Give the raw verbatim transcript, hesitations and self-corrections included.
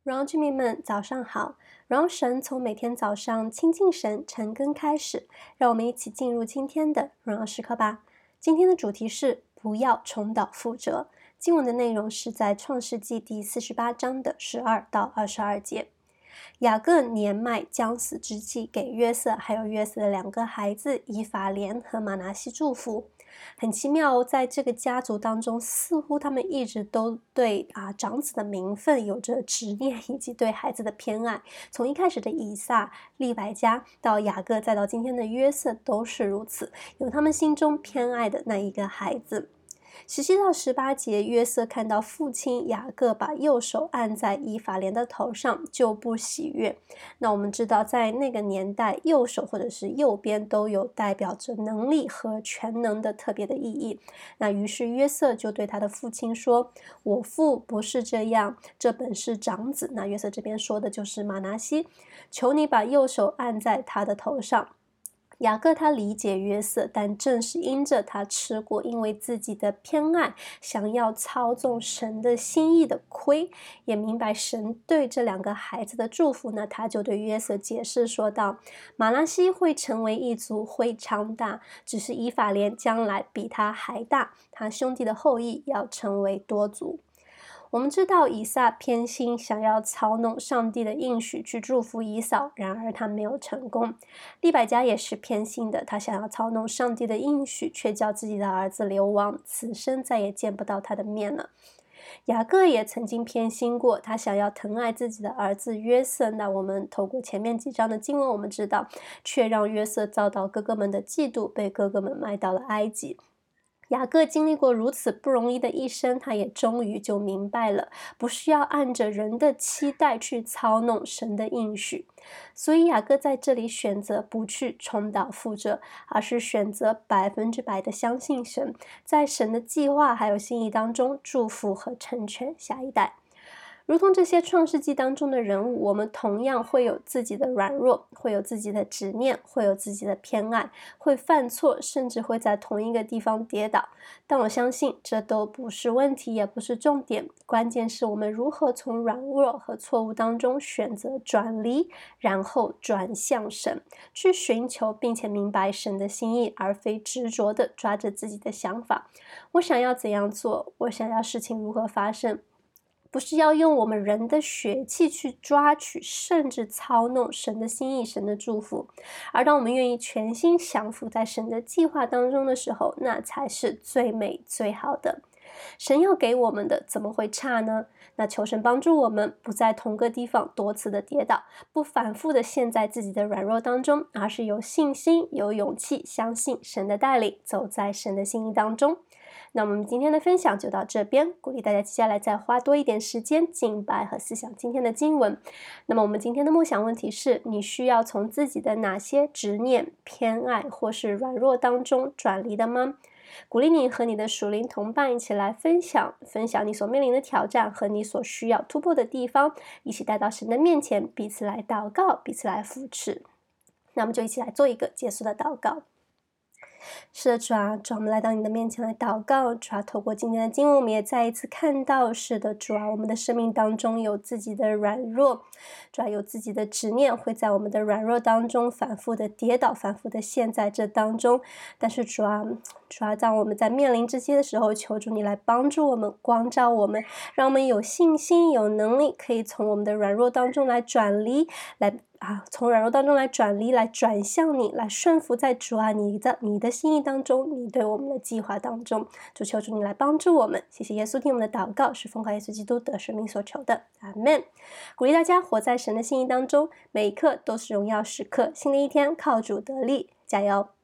荣耀居民们，早上好！荣耀神从每天早上亲近神、晨更开始，让我们一起进入今天的荣耀时刻吧。今天的主题是不要重蹈覆辙。经文的内容是在创世纪第四十八章的十二到二十二节。雅各年迈将死之际，给约瑟还有约瑟的两个孩子以法莲和玛拿西祝福。很奇妙哦，在这个家族当中，似乎他们一直都对啊长子的名分有着执念，以及对孩子的偏爱。从一开始的以撒、利百加到雅各，再到今天的约瑟，都是如此，有他们心中偏爱的那一个孩子。十七到十八节，约瑟看到父亲雅各把右手按在以法莲的头上，就不喜悦。那我们知道，在那个年代，右手或者是右边都有代表着能力和全能的特别的意义。那于是约瑟就对他的父亲说：“我父不是这样，这本是长子。”那约瑟这边说的就是玛拿西，求你把右手按在他的头上。雅各他理解约瑟，但正是因着他吃过因为自己的偏爱想要操纵神的心意的亏，也明白神对这两个孩子的祝福呢，他就对约瑟解释说道：玛拿西会成为一族，会长大，只是以法莲将来比他还大，他兄弟的后裔要成为多族。我们知道以撒偏心，想要操弄上帝的应许去祝福以扫，然而他没有成功。利百加也是偏心的，他想要操弄上帝的应许，却叫自己的儿子流亡，此生再也见不到他的面了。雅各也曾经偏心过，他想要疼爱自己的儿子约瑟，那我们透过前面几章的经文，我们知道，却让约瑟遭到哥哥们的嫉妒，被哥哥们卖到了埃及。雅各经历过如此不容易的一生，他也终于就明白了，不是要按着人的期待去操弄神的应许。所以雅各在这里选择不去重蹈覆辙，而是选择百分之百的相信神，在神的计划还有心意当中祝福和成全下一代。如同这些创世纪当中的人物，我们同样会有自己的软弱，会有自己的执念，会有自己的偏爱，会犯错，甚至会在同一个地方跌倒。但我相信这都不是问题，也不是重点，关键是我们如何从软弱和错误当中选择转离，然后转向神，去寻求并且明白神的心意，而非执着地抓着自己的想法。我想要怎样做，我想要事情如何发生，不是要用我们人的血气去抓取甚至操弄神的心意、神的祝福，而当我们愿意全心降服在神的计划当中的时候，那才是最美最好的。神要给我们的怎么会差呢？那求神帮助我们不在同个地方多次的跌倒，不反复的陷在自己的软弱当中，而是有信心有勇气，相信神的带领，走在神的心意当中。那我们今天的分享就到这边，鼓励大家接下来再花多一点时间敬拜和思想今天的经文。那么我们今天的默想问题是，你需要从自己的哪些执念、偏爱或是软弱当中转离的吗？鼓励你和你的属灵同伴一起来分享分享你所面临的挑战和你所需要突破的地方，一起带到神的面前，彼此来祷告，彼此来扶持。那我们就一起来做一个结束的祷告。是的，主啊，主啊，我们来到你的面前来祷告。主啊，透过今天的经文，我们也再一次看到，是的，主啊，我们的生命当中有自己的软弱，主啊，有自己的执念，会在我们的软弱当中反复的跌倒，反复的陷在这当中。但是主啊，主啊，当我们在面临这些的时候，求主你来帮助我们，光照我们，让我们有信心、有能力，可以从我们的软弱当中来转离，来啊，从软弱当中来转离，来转向你，来顺服在主啊你的你的心意当中，你对我们的计划当中。主，求主你来帮助我们，谢谢耶稣听我们的祷告，是奉靠耶稣基督的生命所求的，阿们。鼓励大家活在神的心意当中，每一刻都是荣耀时刻。新的一天靠主得力，加油。